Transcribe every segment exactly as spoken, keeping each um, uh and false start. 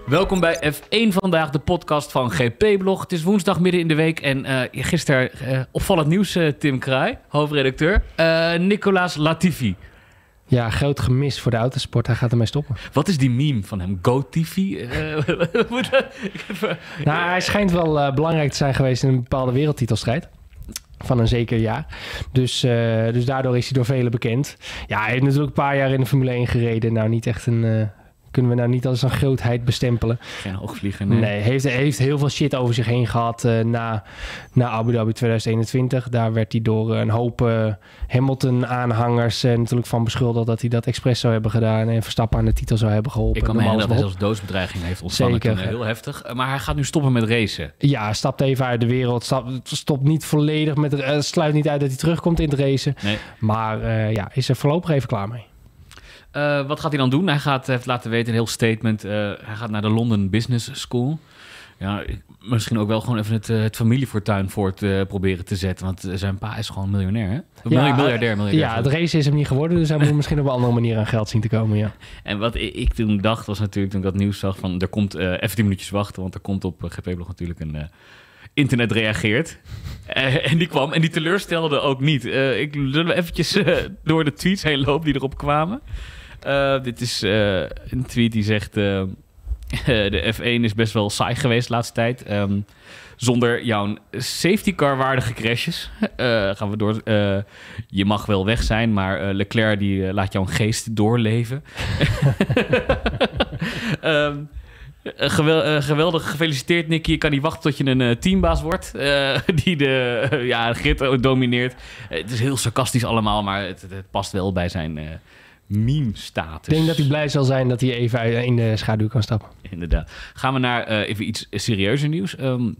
Welkom bij F één Vandaag, de podcast van G P-blog. Het is woensdag midden in de week en uh, gisteren uh, opvallend nieuws, uh, Tim Kraai, hoofdredacteur. Uh, Nicolas Latifi. Ja, groot gemis voor de autosport. Hij gaat ermee stoppen. Wat is die meme van hem? Go-Tifi? Uh, nou, hij schijnt wel uh, belangrijk te zijn geweest in een bepaalde wereldtitelstrijd. Van een zeker jaar. Dus, uh, dus daardoor is hij door velen bekend. Ja, hij heeft natuurlijk een paar jaar in de Formule één gereden. Nou, niet echt een... Uh, kunnen we nou niet als een grootheid bestempelen. Geen hoogvlieger, nee. Nee, heeft, heeft heel veel shit over zich heen gehad uh, na, na Abu Dhabi twintig eenentwintig. Daar werd hij door een hoop uh, Hamilton-aanhangers uh, natuurlijk van beschuldigd dat hij dat expres zou hebben gedaan en Verstappen aan de titel zou hebben geholpen. Ik kan me herinneren dat hij zelfs doodsbedreiging heeft ontvangen. Zeker. Toen, heel heftig. Maar hij gaat nu stoppen met racen. Ja, stapt even uit de wereld. Stap, stopt niet volledig met... Uh, sluit niet uit dat hij terugkomt in het racen. Nee. Maar uh, ja, is er voorlopig even klaar mee. Uh, wat gaat hij dan doen? Hij gaat, heeft laten weten, een heel statement. Uh, hij gaat naar de London Business School. Ja, misschien ook wel gewoon even het, uh, het familiefortuin voor te uh, proberen te zetten. Want zijn pa is gewoon miljonair, hè? Ja, miljardair, miljardair. Ja, het race is hem niet geworden. Dus hij moet misschien op een andere manier aan geld zien te komen, ja. En wat ik, ik toen dacht, was natuurlijk toen ik dat nieuws zag van... er komt uh, even tien minuutjes wachten, want er komt op uh, G P-blog natuurlijk een... Uh, internet reageert. Uh, en die kwam en die teleurstelde ook niet. Uh, ik zullen we eventjes uh, door de tweets heen lopen die erop kwamen. Uh, dit is uh, een tweet die zegt... Uh, uh, de F één is best wel saai geweest de laatste tijd. Um, zonder jouw safety car waardige crashes. Uh, gaan we door. Uh, je mag wel weg zijn, maar uh, Leclerc die uh, laat jouw geest doorleven. um, Gewel, uh, geweldig, gefeliciteerd Nicky. Je kan niet wachten tot je een uh, teambaas wordt uh, die de uh, ja, grid domineert. Uh, het is heel sarcastisch allemaal, maar het, het past wel bij zijn uh, meme-status. Ik denk dat hij blij zal zijn dat hij even in de schaduw kan stappen. Inderdaad. Gaan we naar uh, even iets serieuzer nieuws. Um,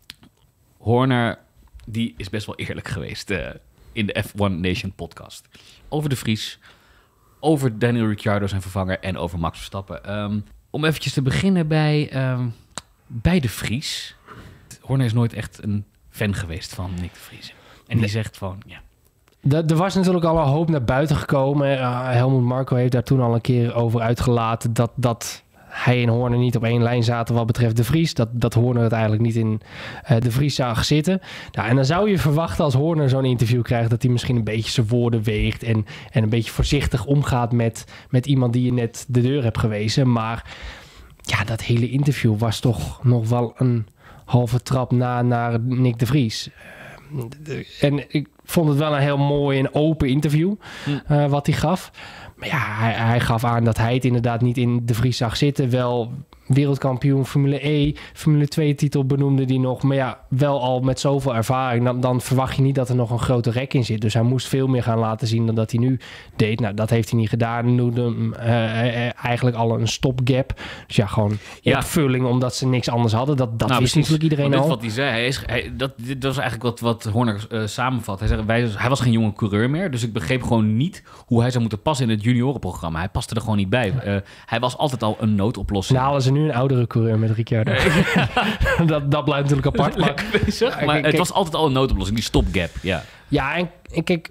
Horner, die is best wel eerlijk geweest uh, in de F één Nation podcast. Over de Vries, over Daniel Ricciardo zijn vervanger en over Max Verstappen. Um, Om eventjes te beginnen bij, um, bij de Vries. Horner is nooit echt een fan geweest van Nick de Vries. En die nee. zegt van, ja... Er was natuurlijk al een hoop naar buiten gekomen. Uh, Helmut Marko heeft daar toen al een keer over uitgelaten... dat, dat hij en Horner niet op één lijn zaten wat betreft de Vries. Dat, dat Horner het eigenlijk niet in uh, de Vries zag zitten. Nou, en dan zou je verwachten als Horner zo'n interview krijgt... dat hij misschien een beetje zijn woorden weegt... en, en een beetje voorzichtig omgaat met, met iemand die je net de deur hebt gewezen. Maar ja, dat hele interview was toch nog wel een halve trap na naar Nick de Vries. Uh, en ik vond het wel een heel mooi en open interview uh, wat hij gaf... Maar ja, hij, hij gaf aan dat hij het inderdaad niet in de Vries zag zitten. Wel wereldkampioen Formule E, Formule twee titel benoemde die nog. Maar ja, wel al met zoveel ervaring. Dan, dan verwacht je niet dat er nog een grote rek in zit. Dus hij moest veel meer gaan laten zien dan dat hij nu deed. Nou, dat heeft hij niet gedaan. Hij noemde hem uh, eigenlijk al een stopgap. Dus ja, gewoon ja. opvulling omdat ze niks anders hadden. Dat, dat nou, wist natuurlijk iedereen al. Dit wat hij zei, hij is, hij, dat, dit was eigenlijk wat, wat Horner uh, samenvat. Hij, zei, wij, hij was geen jonge coureur meer. Dus ik begreep gewoon niet hoe hij zou moeten passen in het juniorenprogramma. Hij paste er gewoon niet bij. Uh, hij was altijd al een noodoplossing. Nou, halen ze nu een oudere coureur met Ricciardo. dat, dat blijft natuurlijk apart. Maar, bezig, maar kijk, het was altijd al een noodoplossing, die stopgap. Ja, ja en, en kijk,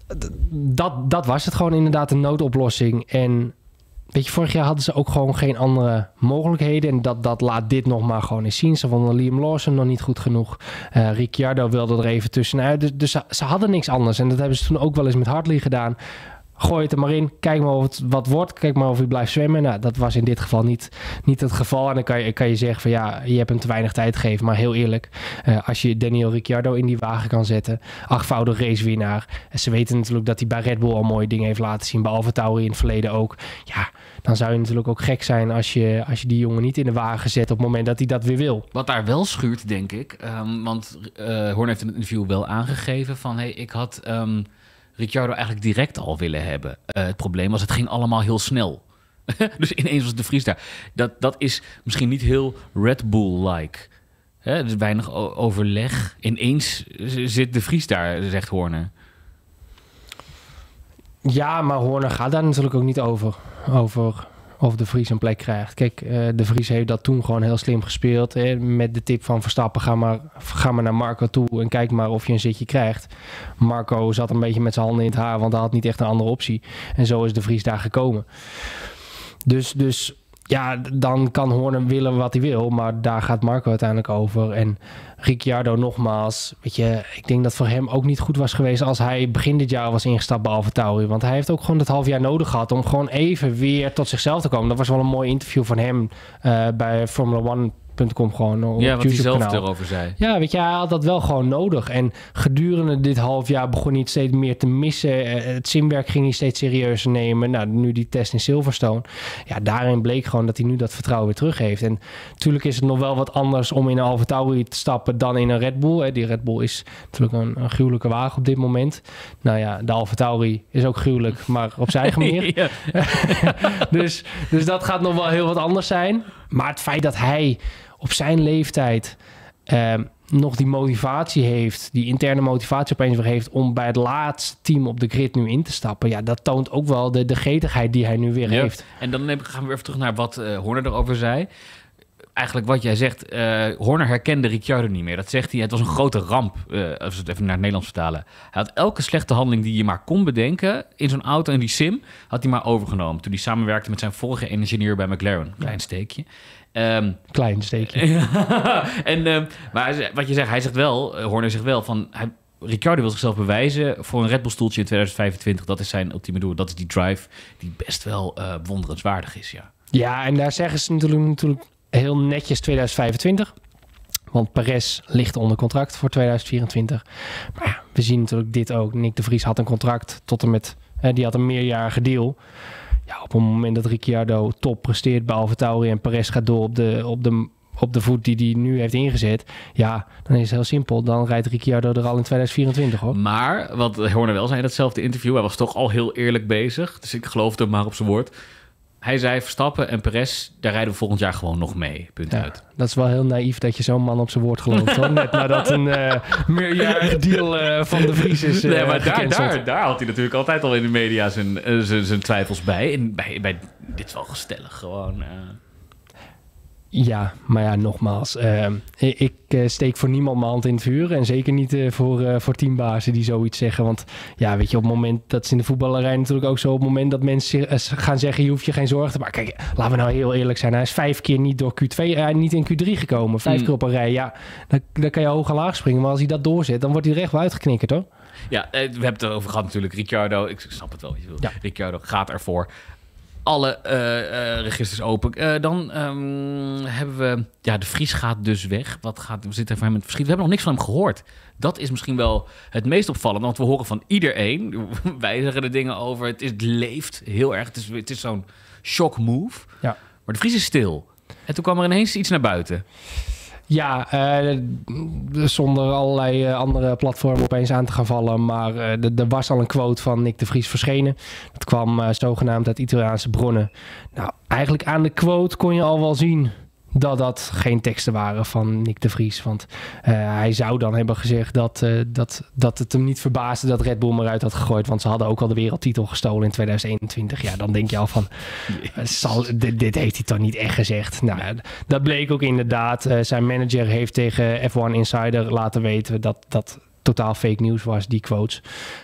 dat, dat was het gewoon inderdaad een noodoplossing. En weet je, vorig jaar hadden ze ook gewoon geen andere mogelijkheden. En dat, dat laat dit nog maar gewoon eens zien. Ze vonden Liam Lawson nog niet goed genoeg. Uh, Ricciardo wilde er even tussenuit. Dus, dus ze, ze hadden niks anders. En dat hebben ze toen ook wel eens met Hartley gedaan. Gooi het er maar in, kijk maar of het wat wordt, kijk maar of hij blijft zwemmen. Nou, dat was in dit geval niet, niet het geval. En dan kan je, kan je zeggen van ja, je hebt hem te weinig tijd gegeven. Maar heel eerlijk, uh, als je Daniel Ricciardo in die wagen kan zetten, achtvoudig racewinnaar. En ze weten natuurlijk dat hij bij Red Bull al mooie dingen heeft laten zien, bij AlphaTauri in het verleden ook. Ja, dan zou je natuurlijk ook gek zijn als je, als je die jongen niet in de wagen zet op het moment dat hij dat weer wil. Wat daar wel schuurt, denk ik, um, want uh, Horner heeft in het interview wel aangegeven van hey, ik had... Um, Ricciardo eigenlijk direct al willen hebben. Uh, het probleem was, het ging allemaal heel snel. Dus ineens was de Vries daar. Dat, dat is misschien niet heel Red Bull-like. Hè? Dus weinig o- overleg. Ineens zit de Vries daar, zegt Horner. Ja, maar Horner gaat daar natuurlijk ook niet over. Over of de Vries een plek krijgt. Kijk, uh, de Vries heeft dat toen gewoon heel slim gespeeld. Hè? Met de tip van Verstappen, ga maar, ga maar naar Marco toe en kijk maar of je een zitje krijgt. Marco zat een beetje met zijn handen in het haar, want hij had niet echt een andere optie. En zo is de Vries daar gekomen. Dus, dus ja, dan kan Horner willen wat hij wil, maar daar gaat Marco uiteindelijk over. En Ricciardo nogmaals, weet je, ik denk dat voor hem ook niet goed was geweest als hij begin dit jaar was ingestapt bij AlphaTauri. Want hij heeft ook gewoon dat half jaar nodig gehad om gewoon even weer tot zichzelf te komen. Dat was wel een mooi interview van hem uh, bij Formula One. .com gewoon op ja, wat hij zelf kanaal. erover zei. Ja, weet je, hij had dat wel gewoon nodig. En gedurende dit half jaar begon hij het steeds meer te missen. Het simwerk ging hij steeds serieuzer nemen. Nou, nu die test in Silverstone. Ja, daarin bleek gewoon dat hij nu dat vertrouwen weer terug heeft. En natuurlijk is het nog wel wat anders om in een AlphaTauri te stappen dan in een Red Bull. Die Red Bull is natuurlijk een, een gruwelijke wagen op dit moment. Nou ja, de AlphaTauri is ook gruwelijk, maar op zijn eigen manier. dus, dus dat gaat nog wel heel wat anders zijn. Maar het feit dat hij op zijn leeftijd uh, nog die motivatie heeft, die interne motivatie opeens weer heeft om bij het laatste team op de grid nu in te stappen. Ja, dat toont ook wel de, de gretigheid die hij nu weer ja. heeft. En dan gaan we weer even terug naar wat uh, Horner erover zei. Eigenlijk wat jij zegt, uh, Horner herkende Ricciardo niet meer. Dat zegt hij, het was een grote ramp, uh, als we het even naar het Nederlands vertalen. Hij had elke slechte handeling die je maar kon bedenken in zo'n auto en die sim, had hij maar overgenomen. Toen hij samenwerkte met zijn vorige ingenieur bij McLaren. Klein steekje. Um, Klein steekje. en, uh, maar hij, wat je zegt, hij zegt wel, uh, Horner zegt wel, van hij, Ricciardo wil zichzelf bewijzen voor een Red Bull stoeltje in tweeduizend vijfentwintig. Dat is zijn ultieme doel. Dat is die drive die best wel uh, bewonderenswaardig is, ja. Ja, en daar zeggen ze natuurlijk, natuurlijk heel netjes tweeduizend vijfentwintig. Want Perez ligt onder contract voor tweeduizend vierentwintig. Maar ja, we zien natuurlijk dit ook. Nick de Vries had een contract tot en met, hè, die had een meerjarige deal. Ja, op het moment dat Ricciardo top presteert bij AlphaTauri en Perez gaat door op de, op de, op de voet die hij nu heeft ingezet, ja, dan is het heel simpel. Dan rijdt Ricciardo er al in tweeduizend vierentwintig, hoor. Maar, wat Horner wel zei in datzelfde interview, hij was toch al heel eerlijk bezig. Dus ik geloofde hem maar op zijn woord. Hij zei, Verstappen en Perez, daar rijden we volgend jaar gewoon nog mee. Punt ja, uit. Dat is wel heel naïef dat je zo'n man op zijn woord gelooft, hoor. Net nadat een uh, meerjarige deal uh, van de Vries is uh, nee, maar daar, daar, daar had hij natuurlijk altijd al in de media zijn, uh, zijn, zijn twijfels bij. En bij, bij dit is wel gestellig gewoon. Uh... Ja, maar ja, nogmaals. Uh, ik uh, steek voor niemand mijn hand in het vuur. En zeker niet uh, voor, uh, voor teambazen die zoiets zeggen. Want ja, weet je, op het moment, dat is in de voetballerij natuurlijk ook zo. Op het moment dat mensen uh, gaan zeggen, je hoeft je geen zorgen te maken. Kijk, laten we nou heel eerlijk zijn. Hij is vijf keer niet door Q twee, uh, niet in Q drie gekomen. Vijf mm. keer op een rij. Ja, dan, dan kan je hoog en laag springen. Maar als hij dat doorzet, dan wordt hij er echt wel uitgeknikkerd, hoor. Ja, we hebben het erover gehad natuurlijk. Ricciardo, ik snap het wel wat je wil. Ja. Ricciardo gaat ervoor. Alle uh, uh, registers open. Uh, dan um, hebben we... Ja, de Vries gaat dus weg. Wat gaat, we zitten voor hem in het verschiet. We hebben nog niks van hem gehoord. Dat is misschien wel het meest opvallende. Want we horen van iedereen. Wij zeggen er dingen over. Het, is, het leeft heel erg. Het is, het is zo'n shock move. Ja. Maar de Vries is stil. En toen kwam er ineens iets naar buiten. Ja, uh, zonder allerlei uh, andere platformen opeens aan te gaan vallen. Maar uh, er was al een quote van Nick de Vries verschenen. Dat kwam uh, zogenaamd uit Italiaanse bronnen. Nou, eigenlijk aan de quote kon je al wel zien dat dat geen teksten waren van Nick de Vries. Want uh, hij zou dan hebben gezegd dat, uh, dat, dat het hem niet verbaasde dat Red Bull hem eruit had gegooid. Want ze hadden ook al de wereldtitel gestolen in tweeduizend eenentwintig. Ja, dan denk je al van, uh, zal, dit, dit heeft hij toch niet echt gezegd. Nou, dat bleek ook inderdaad. Uh, zijn manager heeft tegen F één Insider laten weten dat dat totaal fake nieuws was, die quotes.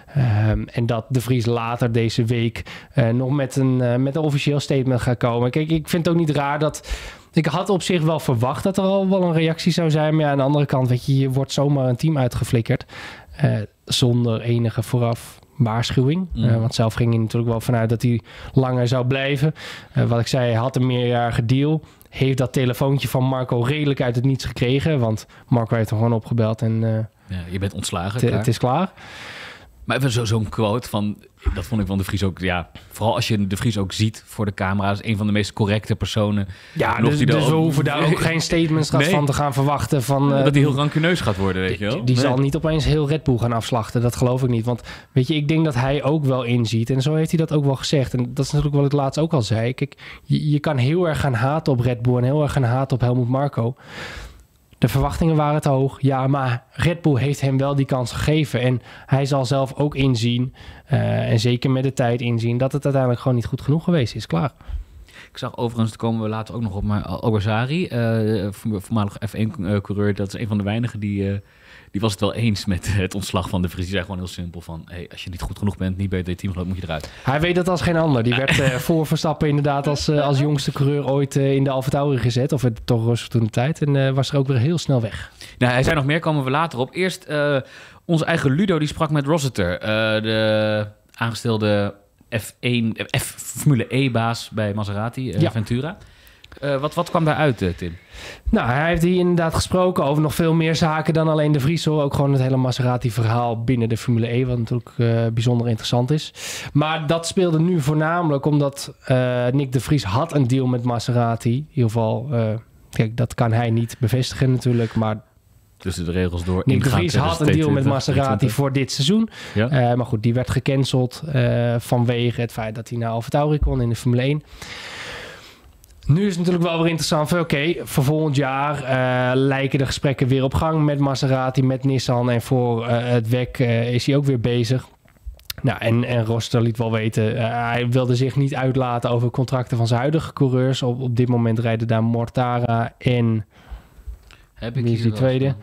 Um, en dat de Vries later deze week uh, nog met een, uh, met een officieel statement gaat komen. Kijk, ik vind het ook niet raar dat... Ik had op zich wel verwacht dat er al wel een reactie zou zijn. Maar ja, aan de andere kant, weet je, je wordt zomaar een team uitgeflikkerd. Uh, zonder enige vooraf waarschuwing. Mm. Uh, want zelf ging hij natuurlijk wel vanuit dat hij langer zou blijven. Uh, wat ik zei, hij had een meerjarige deal. Heeft dat telefoontje van Marco redelijk uit het niets gekregen. Want Marco heeft hem gewoon opgebeld en... Uh, ja, je bent ontslagen. Het is klaar. Maar even zo, zo'n quote van... Dat vond ik van de Vries ook... Ja, vooral als je de Vries ook ziet voor de camera... is een van de meest correcte personen. Ja, dus, dus we hoeven daar ook geen statements nee. van te gaan verwachten. Van, uh, dat hij heel rancuneus gaat worden, weet je wel. Die, die nee. zal niet opeens heel Red Bull gaan afslachten. Dat geloof ik niet. Want weet je, ik denk dat hij ook wel inziet. En zo heeft hij dat ook wel gezegd. En dat is natuurlijk wat ik laatst ook al zei. Kijk, je, je kan heel erg gaan haten op Red Bull... en heel erg gaan haten op Helmut Marko... De verwachtingen waren te hoog. Ja, maar Red Bull heeft hem wel die kans gegeven. En hij zal zelf ook inzien, uh, en zeker met de tijd inzien... dat het uiteindelijk gewoon niet goed genoeg geweest is. Klaar. Ik zag overigens, komen we later ook nog op, maar Alguersuari, uh, voormalig F één-coureur... dat is een van de weinigen die, uh, die was het wel eens met het ontslag van de Vries. Die zei gewoon heel simpel van, hey, als je niet goed genoeg bent, niet beter je teamgenoot, moet je eruit. Hij weet dat als geen ander. Die werd uh, voor Verstappen inderdaad als, uh, als jongste coureur ooit uh, in de AlphaTauri gezet. Of het toch was toen de tijd. En uh, was er ook weer heel snel weg. Nou, hij zei nog meer, komen we later op. Eerst uh, onze eigen Ludo, die sprak met Rossiter. Uh, de aangestelde F één, F Formule E-baas bij Maserati, uh, ja. Ventura. Uh, wat, wat kwam daaruit, uh, Tim? Nou, hij heeft hier inderdaad gesproken over nog veel meer zaken dan alleen de Vries. Hoor. Ook gewoon het hele Maserati-verhaal binnen de Formule E, wat natuurlijk uh, bijzonder interessant is. Maar dat speelde nu voornamelijk omdat uh, Nick de Vries had een deal met Maserati. In ieder geval, uh, kijk, dat kan hij niet bevestigen natuurlijk, maar... Tussen de regels door. Nick de Vries had een deal met Maserati voor dit seizoen. Ja. Uh, maar goed, die werd gecanceld uh, vanwege het feit dat hij naar AlphaTauri kon in de Formule één. Nu is het natuurlijk wel weer interessant. Oké, okay, voor volgend jaar uh, lijken de gesprekken weer op gang met Maserati, met Nissan. En voor uh, het W E C uh, is hij ook weer bezig. Nou, en, en Roster liet wel weten, uh, hij wilde zich niet uitlaten over contracten van zijn huidige coureurs. Op, op dit moment rijden daar Mortara en... Heb ik Wie is die tweede? Van?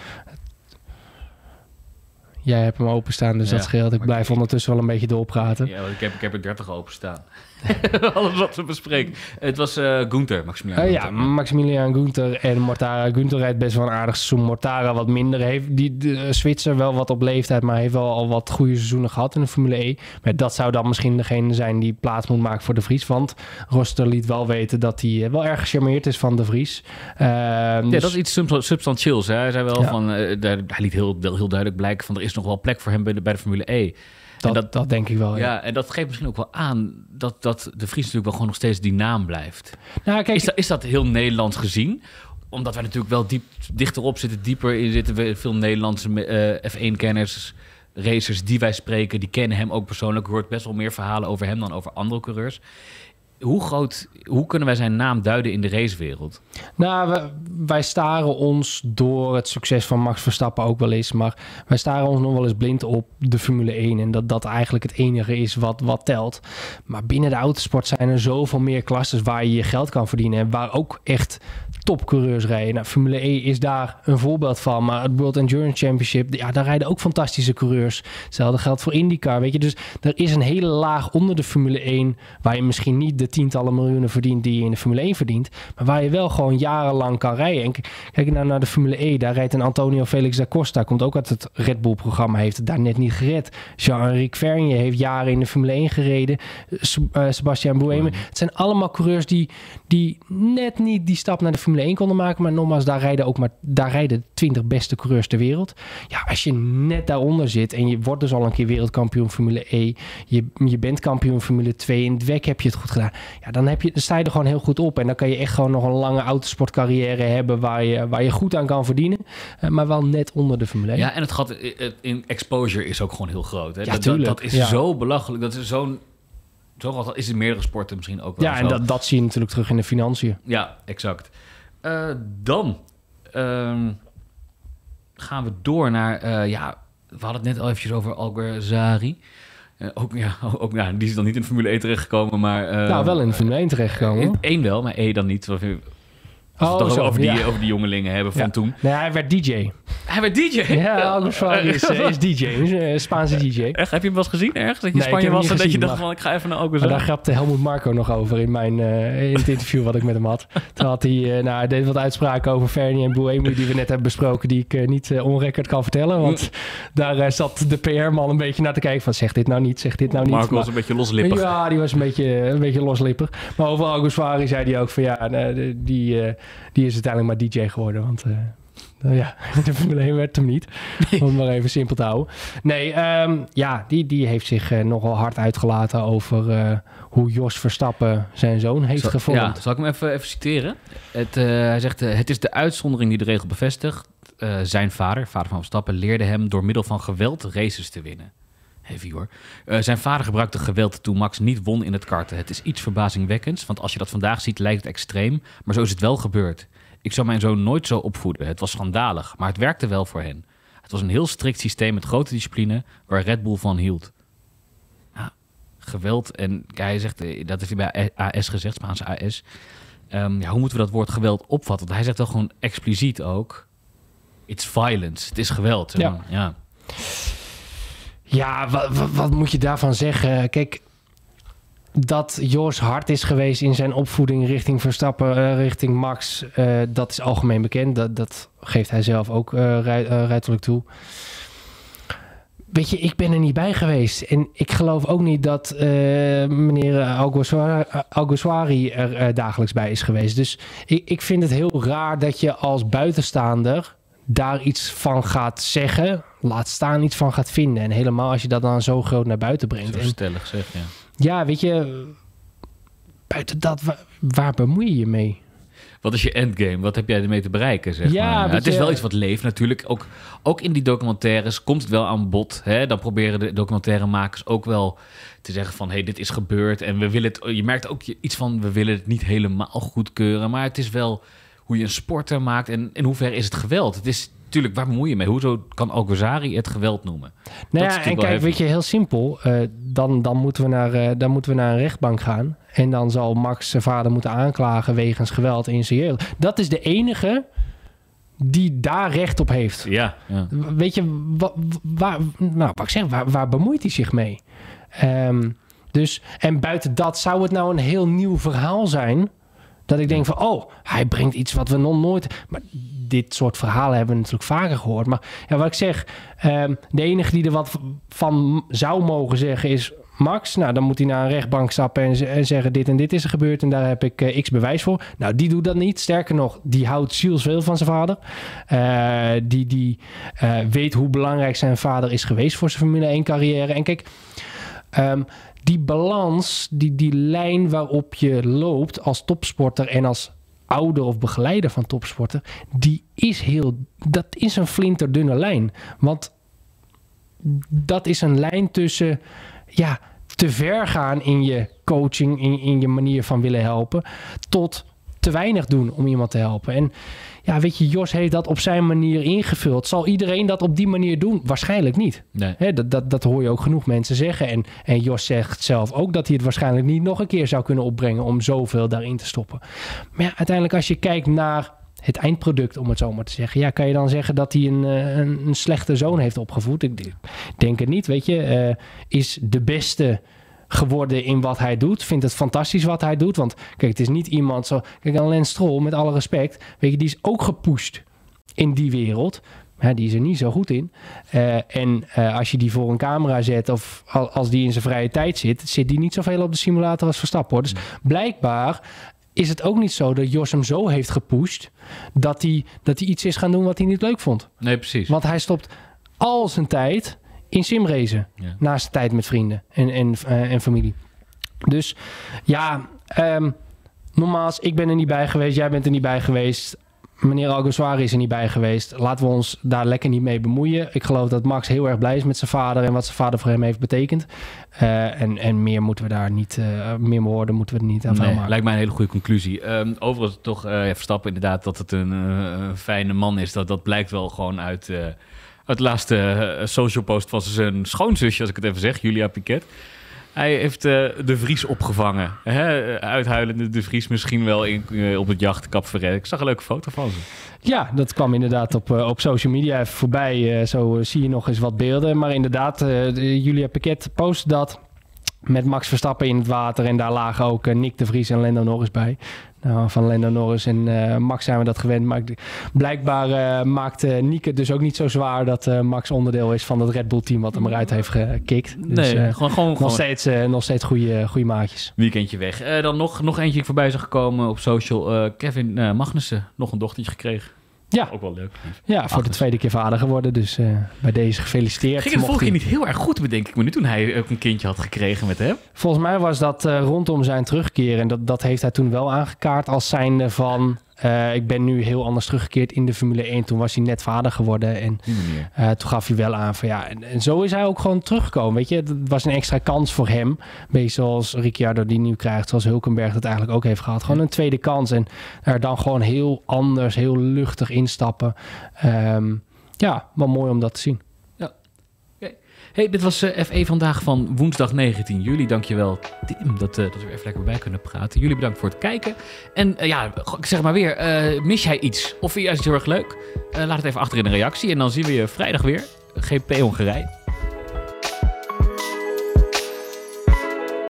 Jij hebt hem openstaan, dus ja, dat scheelt. Ik blijf ik... ondertussen wel een beetje doorpraten. Ja, ik heb, ik heb er dertig openstaan. Alles wat we bespreken. Het was uh, Gunther, Maximilian uh, Gunther. Ja, Maximilian Gunther en Mortara. Gunther rijdt best wel een aardig seizoen. Mortara wat minder. Heeft die de Zwitser wel wat op leeftijd, maar heeft wel al wat goede seizoenen gehad in de Formule E. Maar dat zou dan misschien degene zijn die plaats moet maken voor de Vries. Want Roster liet wel weten dat hij wel erg gecharmeerd is van de Vries. Uh, ja, dus... dat is iets substantieels. Hè? Hij zei wel ja. van, uh, hij liet heel, heel duidelijk blijken van er is nog wel plek voor hem bij de, bij de Formule E. Dat, dat, dat denk ik wel, ja. ja. En dat geeft misschien ook wel aan dat, dat de Vries natuurlijk wel gewoon nog steeds die naam blijft. Nou, kijk, is, dat, is dat heel Nederlands gezien? Omdat wij natuurlijk wel diep, dichterop zitten, dieper in zitten. We, veel Nederlandse uh, F één-kenners, racers die wij spreken, die kennen hem ook persoonlijk. Je hoort best wel meer verhalen over hem dan over andere coureurs. Hoe groot, hoe kunnen wij zijn naam duiden in de racewereld? Nou, wij, wij staren ons door het succes van Max Verstappen ook wel eens. Maar wij staren ons nog wel eens blind op de Formule één. En dat dat eigenlijk het enige is wat, wat telt. Maar binnen de autosport zijn er zoveel meer klasses waar je je geld kan verdienen. En waar ook echt topcoureurs rijden. Nou, Formule E is daar een voorbeeld van. Maar het World Endurance Championship, ja, daar rijden ook fantastische coureurs. Hetzelfde geldt voor IndyCar, weet je. Dus er is een hele laag onder de Formule één... waar je misschien niet de tientallen miljoenen verdient die je in de Formule één verdient, maar waar je wel gewoon jarenlang kan rijden. En kijk nou naar de Formule E, daar rijdt een Antonio Felix da Costa, komt ook uit het Red Bull-programma, heeft het daar net niet gered. Jean-Henrique Vergne heeft jaren in de Formule één gereden. Uh, Sebastian Buemi. Mm. Het zijn allemaal coureurs die, die net niet die stap naar de Formule één konden maken, maar nogmaals, daar rijden ook maar daar rijden twintig beste coureurs ter wereld. Ja, als je net daaronder zit en je wordt dus al een keer wereldkampioen Formule E, je, je bent kampioen Formule twee, in het W E C heb je het goed gedaan. Ja, dan, heb je, dan sta je er gewoon heel goed op. En dan kan je echt gewoon nog een lange autosportcarrière hebben waar je, waar je goed aan kan verdienen. Uh, maar wel net onder de Formule één. Ja, en het gat in exposure is ook gewoon heel groot. Hè? Ja, dat, dat, dat is ja. zo belachelijk. Dat is zo'n... Zo is in meerdere sporten misschien ook wel Ja, zo. en dat, dat zie je natuurlijk terug in de financiën. Ja, exact. Uh, dan um, gaan we door naar... Uh, ja, we hadden het net al eventjes over Alguersuari. Uh, ook, ja, ook, ja, die is dan niet in de Formule één terechtgekomen, maar... Uh, nou, wel in de Formule één terechtgekomen. In één wel, maar E dan niet. Als we oh, het zo, over, die, ja. over die jongelingen hebben van ja. toen. Nee, hij werd D J. Hij werd D J? Ja, Alguersuari is, uh, is D J. Is een Spaanse D J. Echt? Heb je hem wel eens gezien ergens? Dat je in nee, Spanje was en gezien, dat je dacht maar, van, ik ga even naar Alguersuari. Daar grapte Helmut Marko nog over in, mijn, uh, in het interview wat ik met hem had. Toen had hij, uh, nou, hij deed wat uitspraken over Vergne en Buemi die we net hebben besproken, die ik uh, niet uh, onrecord kan vertellen. Want daar uh, zat de P R-man een beetje naar te kijken van, zeg dit nou niet, zeg dit nou niet. Marco maar, was een beetje loslippig. Ja, die was een beetje, een beetje loslippig. Maar over Alguersuari zei hij ook van, ja, uh, die, uh, die is uiteindelijk maar D J geworden, want... Uh, Nou ja, de Formule één werd hem niet. Nee. Om het maar even simpel te houden. Nee, um, ja, die, die heeft zich uh, nogal hard uitgelaten over uh, hoe Jos Verstappen zijn zoon heeft Zal, gevonden. Ja, zal ik hem even, even citeren? Het, uh, hij zegt, uh, het is de uitzondering die de regel bevestigt. Uh, zijn vader, vader van Verstappen, leerde hem door middel van geweld races te winnen. Heavy hoor. Uh, zijn vader gebruikte geweld toen Max niet won in het karten. Het is iets verbazingwekkends, want als je dat vandaag ziet lijkt het extreem. Maar zo is het wel gebeurd. Ik zou mijn zoon nooit zo opvoeden. Het was schandalig, maar het werkte wel voor hen. Het was een heel strikt systeem met grote discipline waar Red Bull van hield. Ja, geweld en hij zegt, dat heeft hij bij A S gezegd, Spaanse A S. Um, ja, hoe moeten we dat woord geweld opvatten? Want hij zegt wel gewoon expliciet ook It's violence. Het is geweld. Zeg maar. Ja. Ja, wat, wat, wat moet je daarvan zeggen? Kijk, dat Jos hard is geweest in zijn opvoeding richting Verstappen, uh, richting Max, uh, dat is algemeen bekend. Dat, dat geeft hij zelf ook uh, rij, uh, ruiterlijk toe. Weet je, ik ben er niet bij geweest. En ik geloof ook niet dat uh, meneer Alguersuari er uh, dagelijks bij is geweest. Dus ik, ik vind het heel raar dat je als buitenstaander daar iets van gaat zeggen, laat staan iets van gaat vinden. En helemaal als je dat dan zo groot naar buiten brengt. Zo stellig zeg, ja. Ja, weet je, buiten dat, waar, waar bemoei je je mee? Wat is je endgame? Wat heb jij ermee te bereiken? Zeg ja, maar. Het is je, wel iets wat leeft natuurlijk. Ook, ook in die documentaires komt het wel aan bod. Hè? Dan proberen de documentairemakers ook wel te zeggen van, hey, dit is gebeurd. En we willen het. Je merkt ook iets van, we willen het niet helemaal goedkeuren. Maar het is wel hoe je een sporter maakt. En in hoeverre is het geweld? Het is natuurlijk, waar bemoei je mee? Hoezo kan Alguersuari het geweld noemen? Nou ja, en kijk, weet je, heel simpel. Uh, dan, dan, moeten we naar, uh, dan moeten we naar een rechtbank gaan. En dan zal Max zijn vader moeten aanklagen wegens geweld in zijn jeugd. Dat is de enige die daar recht op heeft. Ja, ja. Weet je, wa, waar, nou, wat ik zeg, waar, waar bemoeit hij zich mee? Um, dus, en buiten dat zou het nou een heel nieuw verhaal zijn, dat ik denk van, oh, hij brengt iets wat we nog nooit... Maar dit soort verhalen hebben we natuurlijk vaker gehoord. Maar ja, wat ik zeg, um, de enige die er wat van zou mogen zeggen is Max. Nou, dan moet hij naar een rechtbank stappen en, z- en zeggen dit en dit is er gebeurd en daar heb ik uh, x bewijs voor. Nou, die doet dat niet. Sterker nog, die houdt zielsveel van zijn vader. Uh, die die uh, weet hoe belangrijk zijn vader is geweest voor zijn Formule één carrière. En kijk, um, die balans, die, die lijn waarop je loopt als topsporter en als ouder of begeleider van topsporter, die is heel, dat is een flinterdunne lijn. Want dat is een lijn tussen, ja, te ver gaan in je coaching, in, in je manier van willen helpen, tot te weinig doen om iemand te helpen. En ja, weet je, Jos heeft dat op zijn manier ingevuld. Zal iedereen dat op die manier doen? Waarschijnlijk niet. Nee. He, dat, dat, dat hoor je ook genoeg mensen zeggen. En, en Jos zegt zelf ook dat hij het waarschijnlijk niet nog een keer zou kunnen opbrengen om zoveel daarin te stoppen. Maar ja, uiteindelijk als je kijkt naar het eindproduct, om het zo maar te zeggen, ja, kan je dan zeggen dat hij een, een, een slechte zoon heeft opgevoed? Ik denk het niet, weet je. Uh, is de beste geworden in wat hij doet. Vindt het fantastisch wat hij doet. Want kijk, het is niet iemand zo... Kijk, aan Lance Stroll, met alle respect, weet je, die is ook gepusht in die wereld. Ja, die is er niet zo goed in. Uh, en uh, als je die voor een camera zet of als die in zijn vrije tijd zit, zit die niet zoveel op de simulator als Verstappen, hoor. Dus blijkbaar is het ook niet zo dat Jos hem zo heeft gepusht dat hij, dat hij iets is gaan doen wat hij niet leuk vond. Nee, precies. Want hij stopt al zijn tijd in simracen. Ja. Naast de tijd met vrienden en, en, uh, en familie. Dus ja, um, nogmaals, ik ben er niet bij geweest. Jij bent er niet bij geweest. Meneer Alguersuari is er niet bij geweest. Laten we ons daar lekker niet mee bemoeien. Ik geloof dat Max heel erg blij is met zijn vader en wat zijn vader voor hem heeft betekend. Uh, en, en meer moeten we daar niet, uh, meer woorden moeten we er niet aan nee, maken. Lijkt mij een hele goede conclusie. Um, overigens toch uh, Verstappen inderdaad dat het een uh, fijne man is. Dat, dat blijkt wel gewoon uit uh, het laatste uh, social post van zijn schoonzusje, als ik het even zeg, Julia Piquet. Hij heeft uh, de Vries opgevangen. Hè? Uithuilende de Vries misschien wel in, uh, op het jacht Kap Verret. Ik zag een leuke foto van ze. Ja, dat kwam inderdaad op, uh, op social media even voorbij. Uh, zo uh, zie je nog eens wat beelden. Maar inderdaad, uh, Julia Piquet postte dat met Max Verstappen in het water. En daar lagen ook uh, Nick de Vries en Lando Norris bij. Nou, van Lando Norris en uh, Max zijn we dat gewend. Maar blijkbaar uh, maakt uh, Nick het dus ook niet zo zwaar dat uh, Max onderdeel is van dat Red Bull team wat hem eruit heeft gekikt. Dus, nee, uh, gewoon, gewoon, nog gewoon steeds, uh, nog steeds goede, goede maatjes. Weekendje weg. Uh, dan nog, nog eentje voorbij zag gekomen op social. Uh, Kevin uh, Magnussen, nog een dochtertje gekregen. Ja. Ook wel leuk. Ja, voor Ach, de tweede keer vader geworden. Dus uh, bij deze gefeliciteerd. Ging het vorige keer niet heel erg goed, bedenk ik me nu, toen hij ook een kindje had gekregen met hem? Volgens mij was dat uh, rondom zijn terugkeer. En dat, dat heeft hij toen wel aangekaart als zijnde van... Uh, ik ben nu heel anders teruggekeerd in de Formule één. Toen was hij net vader geworden. En uh, toen gaf hij wel aan van ja... En, en zo is hij ook gewoon teruggekomen. Weet je, het was een extra kans voor hem. Beetje zoals Ricciardo die nu krijgt. Zoals Hülkenberg dat eigenlijk ook heeft gehad. Gewoon een tweede kans. En er dan gewoon heel anders, heel luchtig instappen. Um, ja, wel mooi om dat te zien. Ja. Okay. Hey, dit was uh, F één vandaag van woensdag negentien juli. Dankjewel, Tim, dat, uh, dat we er even lekker bij kunnen praten. Jullie bedankt voor het kijken. En uh, ja, ik zeg maar weer, uh, mis jij iets? Of vind je juist heel erg leuk? Uh, laat het even achter in een reactie. En dan zien we je vrijdag weer. G P Hongarije.